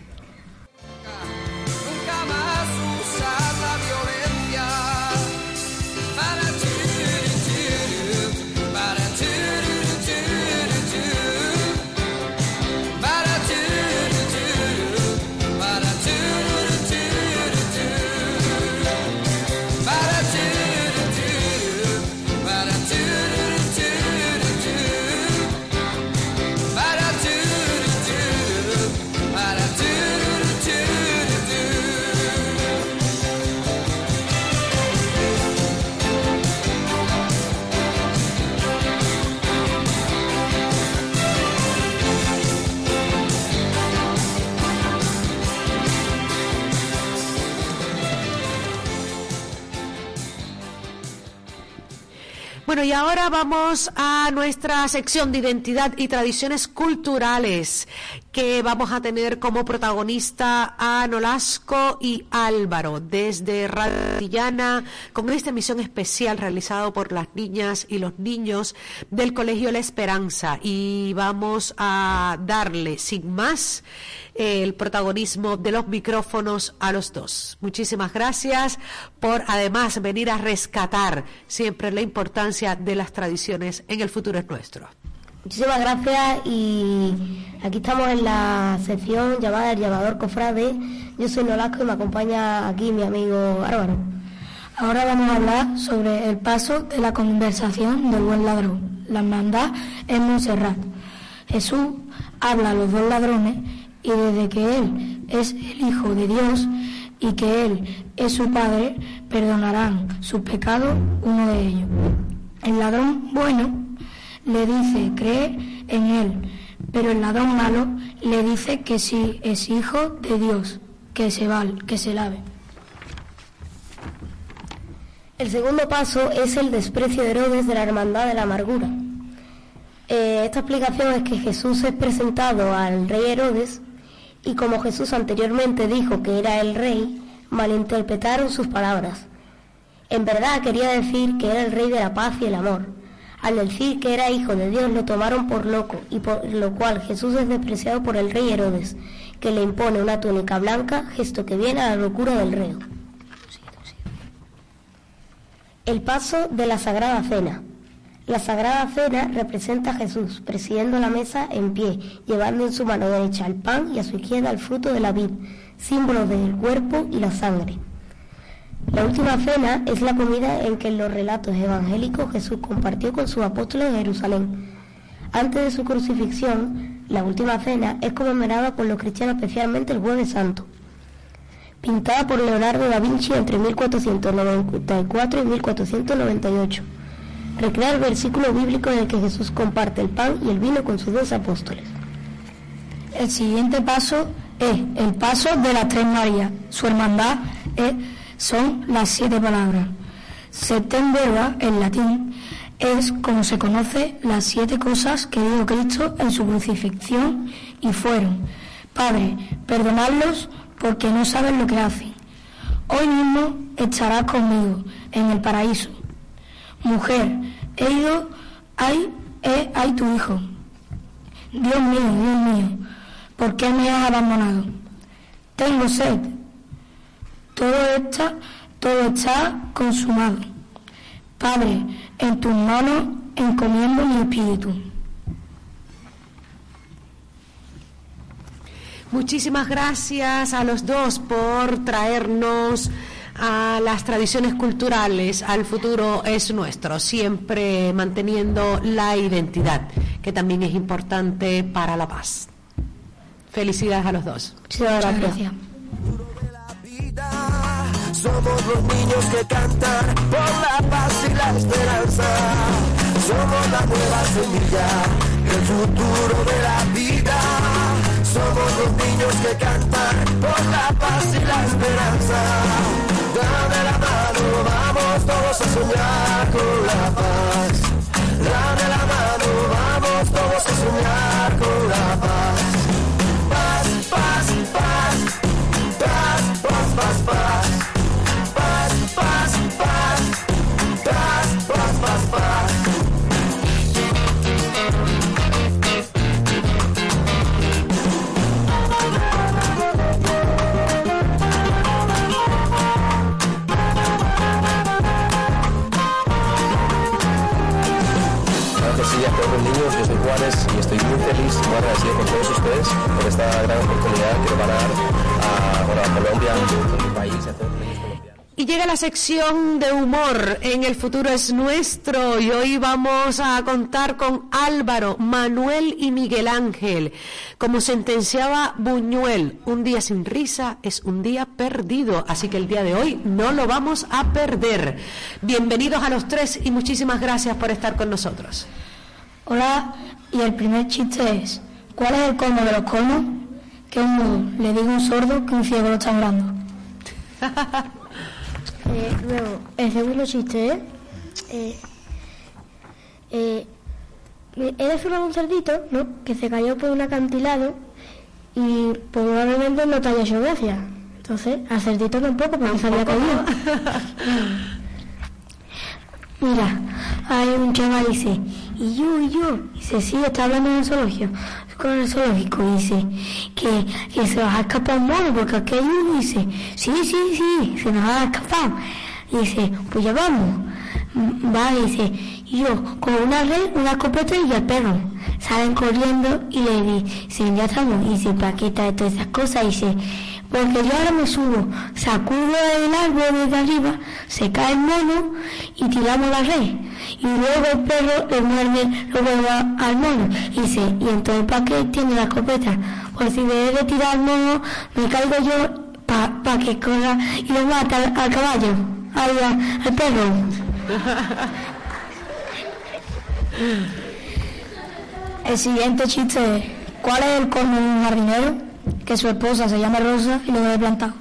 Bueno, y ahora vamos a nuestra sección de identidad y tradiciones culturales. que vamos a tener como protagonista a Nolasco y Álvaro desde Radio Cantillana, con esta emisión especial realizado por las niñas y los niños del Colegio La Esperanza, y vamos a darle sin más el protagonismo de los micrófonos a los dos. Muchísimas gracias por además venir a rescatar siempre la importancia de las tradiciones en El Futuro es Nuestro. Muchísimas gracias, y aquí estamos en la sección llamada El Llamador Cofrade. Yo soy Nolasco y me acompaña aquí mi amigo Álvaro. Ahora vamos a hablar sobre el paso de la conversación del buen ladrón. La hermandad en Montserrat. Jesús habla a los dos ladrones, y desde que Él es el Hijo de Dios y que Él es su Padre, perdonarán sus pecados uno de ellos. El ladrón bueno le dice cree en Él, pero el ladrón malo le dice que sí es hijo de Dios, que se lave. El segundo paso es el desprecio de Herodes de la hermandad de la amargura. Esta explicación es que Jesús es presentado al rey Herodes, y como Jesús anteriormente dijo que era el rey, malinterpretaron sus palabras. En verdad quería decir que era el rey de la paz y el amor. Al decir que era hijo de Dios lo tomaron por loco, y por lo cual Jesús es despreciado por el rey Herodes, que le impone una túnica blanca, gesto que viene a la locura del reo. El paso de la Sagrada Cena. La Sagrada Cena representa a Jesús presidiendo la mesa en pie, llevando en su mano derecha el pan y a su izquierda el fruto de la vid, símbolo del cuerpo y la sangre. La última cena es la comida en que en los relatos evangélicos Jesús compartió con sus apóstoles en Jerusalén. Antes de su crucifixión, la última cena es conmemorada por los cristianos, especialmente el Jueves Santo. Pintada por Leonardo da Vinci entre 1494 y 1498. Recrea el versículo bíblico en el que Jesús comparte el pan y el vino con sus 12 apóstoles. El siguiente paso es el paso de las Tres Marías. Su hermandad son las 7 palabras. Septem verba, en latín, es como se conoce las 7 cosas que dijo Cristo en su crucifixión, y fueron: Padre, perdonadlos porque no saben lo que hacen. Hoy mismo estarás conmigo en el paraíso. Mujer, he ido, hay tu hijo. Dios mío, ¿por qué me has abandonado? Tengo sed. Todo está consumado. Padre, en tus manos encomiendo mi espíritu. Muchísimas gracias a los dos por traernos a las tradiciones culturales, al futuro es nuestro, siempre manteniendo la identidad, que también es importante para la paz. Felicidades a los dos. Muchas gracias. Somos los niños que cantan por la paz y la esperanza. Somos la nueva semilla, el futuro de la vida. Somos los niños que cantan por la paz y la esperanza. Dame la mano, vamos todos a soñar con la paz. Dame la mano, vamos todos a soñar con la paz. Paz, paz, paz, paz, paz, paz, paz. Paz, paz, paz, paz, paz, paz, paz. Sí, a todos los niños, yo soy Juárez y estoy muy feliz y muy agradecido con todos ustedes por esta gran oportunidad que nos van a dar a Colombia, a mi país, a todos los niños colombianos. Y llega la sección de humor en El Futuro es Nuestro, y hoy vamos a contar con Álvaro, Manuel y Miguel Ángel. Como sentenciaba Buñuel, un día sin risa es un día perdido, así que el día de hoy no lo vamos a perder. Bienvenidos a los tres y muchísimas gracias por estar con nosotros. Hola, y el primer chiste es: ¿cuál es el colmo de los colmos? Que un mudo le diga a un sordo que un ciego lo está hablando. Luego, el segundo chiste es... era solo un cerdito, ¿no?, que se cayó por un acantilado y probablemente no te haya hecho gracia. Entonces, a Cerdito tampoco, porque se había caído. Mira, hay un chaval dice, y yo, dice, sí, está hablando en el zoológico, con el zoológico, dice, que se va a escapar un mono, porque aquí hay uno, dice, sí, se nos ha escapado. Dice, pues ya vamos. Va, dice, y yo, con una red, una escopeta y el perro. Salen corriendo y le dicen, ya estamos. Y dice, ¿para qué trae todas esas cosas? Y dice, porque yo ahora me subo, sacudo el árbol desde arriba, se cae el mono y tiramos la red. Y luego el perro le muerde los huevos al mono. Y dice, y entonces ¿para qué tiene la escopeta? Pues si debe de tirar al mono, me caigo yo para que corra y lo mata al caballo, al perro. El siguiente chiste es, ¿cuál es el colmo de un jardinero? Que su esposa se llama Rosa y lo debe plantado.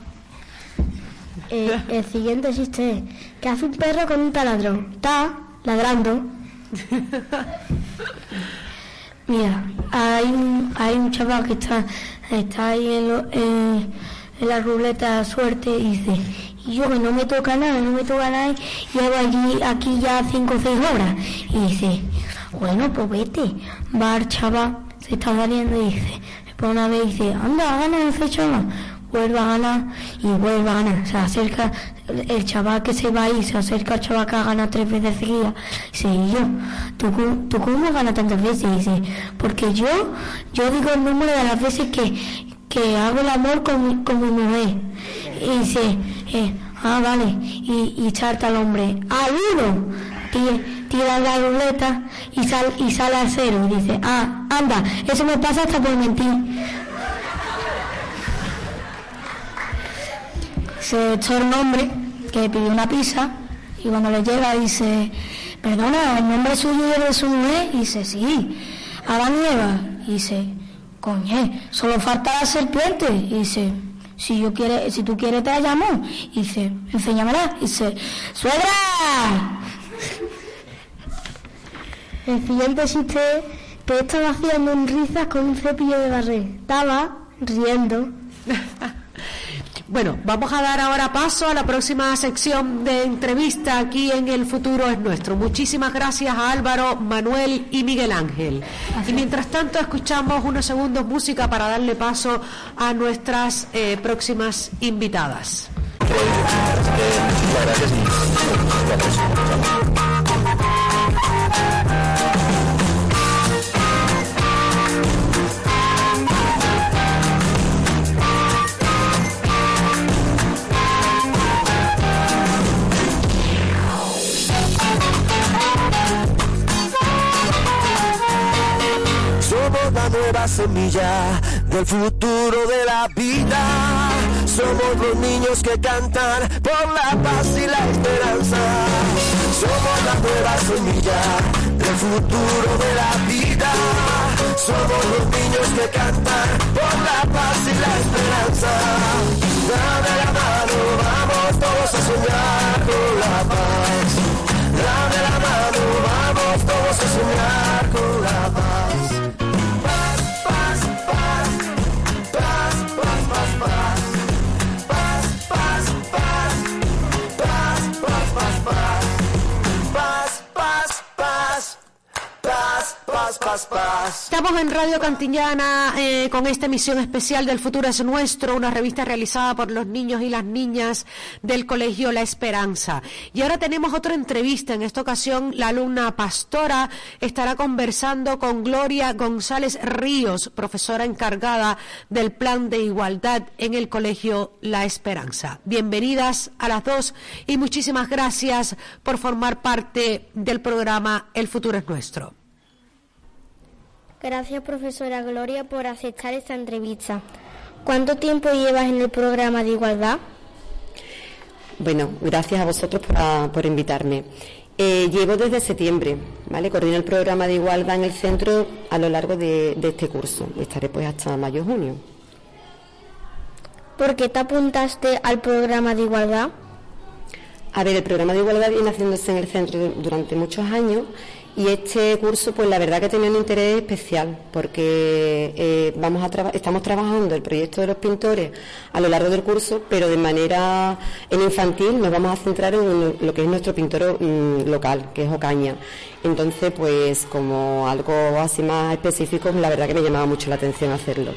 El siguiente chiste es, ¿qué hace un perro con un taladro? Está ladrando. Mira, hay un chaval que está ahí en la ruleta de suerte y dice, y yo que no me toca nada, llevo aquí ya 5 o 6 horas. Y dice, bueno, pues vete. Va el chaval, se está saliendo y dice, por una vez dice, anda, gana ese chaval. Vuelve a ganar y vuelve a ganar. Se acerca el chaval que se va ahí, se acerca al chaval que ha ganado 3 veces seguidas. Dice, y ¿tú cómo ganas tantas veces? Y dice, porque yo digo el número de las veces que hago el amor con mi mujer. Y dice, vale. Y charta al hombre, al 1. Tira la ruleta y sale al 0. Y dice, anda, eso me pasa hasta por mentir. Se echó un hombre que pidió una pizza y cuando le llega dice, perdona, ¿el nombre suyo y el de su mujer? Y dice, sí, Adán y Eva. Y dice, coñe, solo falta la serpiente. Y dice, si tú quieres te la llamo. Y dice, enséñamela. Y dice, ¡suegra! El siguiente chiste es que estaba haciendo un risas con un cepillo de barrer. Estaba riendo. Bueno, vamos a dar ahora paso a la próxima sección de entrevista aquí en El Futuro es Nuestro. Muchísimas gracias a Álvaro, Manuel y Miguel Ángel. Y mientras tanto escuchamos unos segundos música para darle paso a nuestras próximas invitadas. Somos la nueva semilla del futuro de la vida. Somos los niños que cantan por la paz y la esperanza. Somos la nueva semilla del futuro de la vida. Somos los niños que cantan por la paz y la esperanza. Dame la mano, vamos todos a soñar con la paz. Dame la mano, vamos todos a soñar con la paz. Estamos en Radio Cantillana con esta emisión especial del Futuro es Nuestro, una revista realizada por los niños y las niñas del Colegio La Esperanza. Y ahora tenemos otra entrevista. En esta ocasión la alumna Pastora estará conversando con Gloria González Ríos, profesora encargada del Plan de Igualdad en el Colegio La Esperanza. Bienvenidas a las dos y muchísimas gracias por formar parte del programa El Futuro es Nuestro. Gracias, profesora Gloria, por aceptar esta entrevista. ¿Cuánto tiempo llevas en el programa de igualdad? Bueno, gracias a vosotros por invitarme. Llevo desde septiembre, ¿vale? Coordino el programa de igualdad en el centro a lo largo de este curso. Estaré pues hasta mayo-junio. ¿Por qué te apuntaste al programa de igualdad? A ver, el programa de igualdad viene haciéndose en el centro durante muchos años y este curso, pues la verdad que tiene un interés especial porque estamos trabajando el proyecto de los pintores a lo largo del curso, pero de manera en infantil nos vamos a centrar en lo que es nuestro pintor local, que es Ocaña. Entonces, pues como algo así más específico, la verdad que me llamaba mucho la atención hacerlo.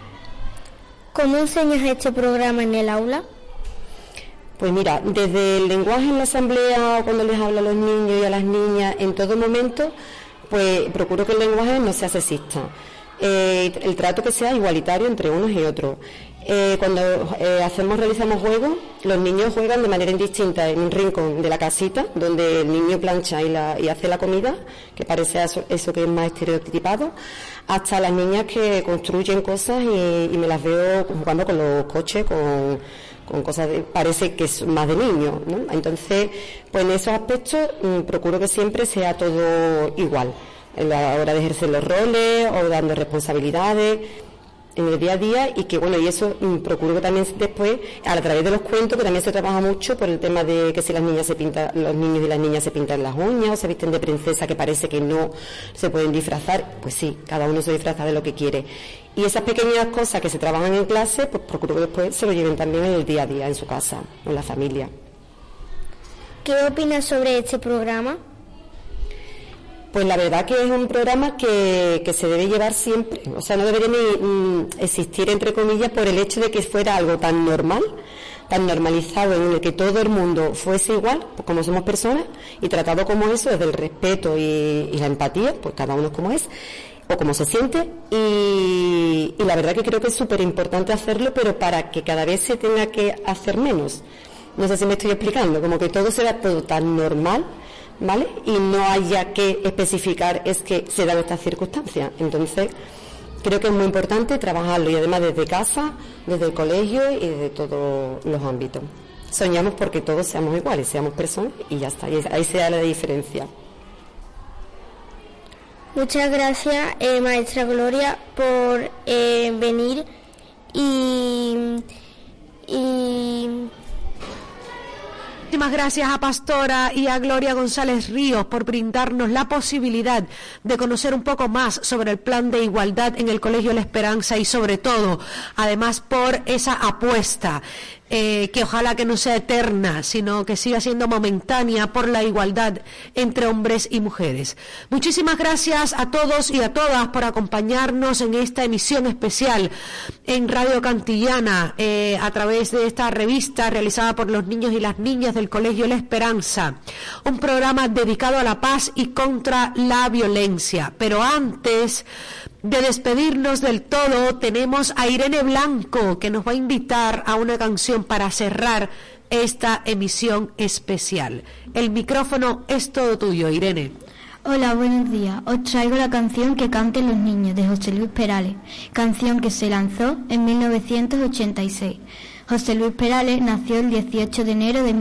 ¿Cómo enseñas este programa en el aula? Pues mira, desde el lenguaje en la asamblea, cuando les hablo a los niños y a las niñas, en todo momento, pues procuro que el lenguaje no sea sexista. El trato que sea igualitario entre unos y otros. Cuando realizamos juegos, los niños juegan de manera indistinta en un rincón de la casita, donde el niño plancha y hace la comida, que parece eso que es más estereotipado, hasta las niñas que construyen cosas y me las veo jugando con los coches, con cosas parece que es más de niños, ¿no? Entonces, pues en esos aspectos procuro que siempre sea todo igual, en la hora de ejercer los roles o dando responsabilidades en el día a día, y que bueno, y eso procuro que también después, a través de los cuentos, que también se trabaja mucho por el tema de que si los niños y las niñas se pintan las uñas o se visten de princesa, que parece que no se pueden disfrazar, pues sí, cada uno se disfraza de lo que quiere. Y esas pequeñas cosas que se trabajan en clase, pues procuro que después se lo lleven también en el día a día, en su casa, en la familia. ¿Qué opinas sobre este programa? Pues la verdad que es un programa que se debe llevar siempre, o sea, no debería ni existir, entre comillas, por el hecho de que fuera algo tan normal, tan normalizado, en el que todo el mundo fuese igual, pues como somos personas, y tratado como eso, desde el respeto y la empatía, pues cada uno es como es, o como se siente, y la verdad que creo que es súper importante hacerlo, pero para que cada vez se tenga que hacer menos. No sé si me estoy explicando, como que todo sea todo tan normal, ¿vale? Y no haya que especificar es que se dan estas circunstancias. Entonces, creo que es muy importante trabajarlo, y además desde casa, desde el colegio y desde todos los ámbitos. Soñamos porque todos seamos iguales, seamos personas y ya está, y ahí se da la diferencia. Muchas gracias, maestra Gloria, por venir y Muchísimas gracias a Pastora y a Gloria González Ríos por brindarnos la posibilidad de conocer un poco más sobre el plan de igualdad en el Colegio La Esperanza, y sobre todo, además, por esa apuesta que ojalá que no sea eterna, sino que siga siendo momentánea, por la igualdad entre hombres y mujeres. Muchísimas gracias a todos y a todas por acompañarnos en esta emisión especial en Radio Cantillana, a través de esta revista realizada por los niños y las niñas del Colegio La Esperanza, un programa dedicado a la paz y contra la violencia. Pero antes de despedirnos del todo, tenemos a Irene Blanco, que nos va a invitar a una canción para cerrar esta emisión especial. El micrófono es todo tuyo, Irene. Hola, buenos días. Os traigo la canción Que canten los niños, de José Luis Perales, canción que se lanzó en 1986. José Luis Perales nació el 18 de enero de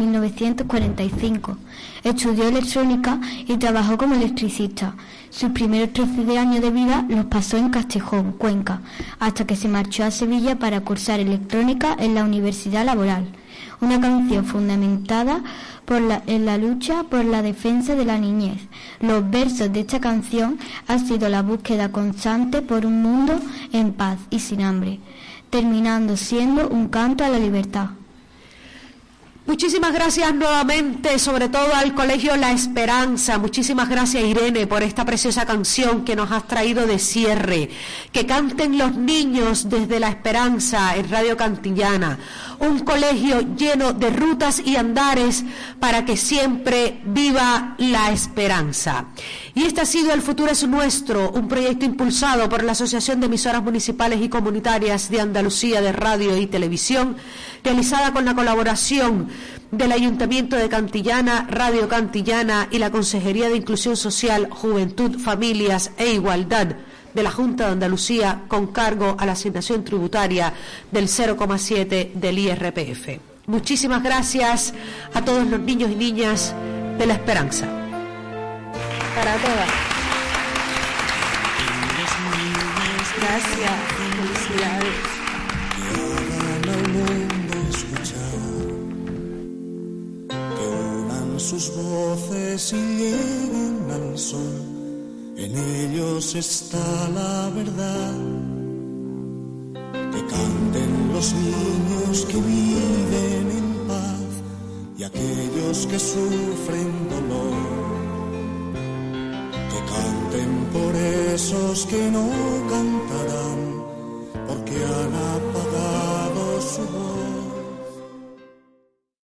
1945. Estudió electrónica y trabajó como electricista. Sus primeros 13 años de vida los pasó en Castejón, Cuenca, hasta que se marchó a Sevilla para cursar electrónica en la Universidad Laboral. Una canción fundamentada en la lucha por la defensa de la niñez. Los versos de esta canción han sido la búsqueda constante por un mundo en paz y sin hambre, terminando siendo un canto a la libertad. Muchísimas gracias nuevamente, sobre todo al Colegio La Esperanza. Muchísimas gracias, Irene, por esta preciosa canción que nos has traído de cierre. Que canten los niños desde La Esperanza en Radio Cantillana. Un colegio lleno de rutas y andares para que siempre viva la esperanza. Y este ha sido El Futuro es Nuestro, un proyecto impulsado por la Asociación de Emisoras Municipales y Comunitarias de Andalucía de Radio y Televisión, realizada con la colaboración del Ayuntamiento de Cantillana, Radio Cantillana y la Consejería de Inclusión Social, Juventud, Familias e Igualdad de la Junta de Andalucía, con cargo a la asignación tributaria del 0,7 del IRPF. Muchísimas gracias a todos los niños y niñas de La Esperanza. Para todas. Gracias. Felicidades. Que voces y lleguen al sol, en ellos está la verdad. Que canten los niños que viven en paz y aquellos que sufren dolor. Que canten por esos que no cantarán, porque han apagado su voz.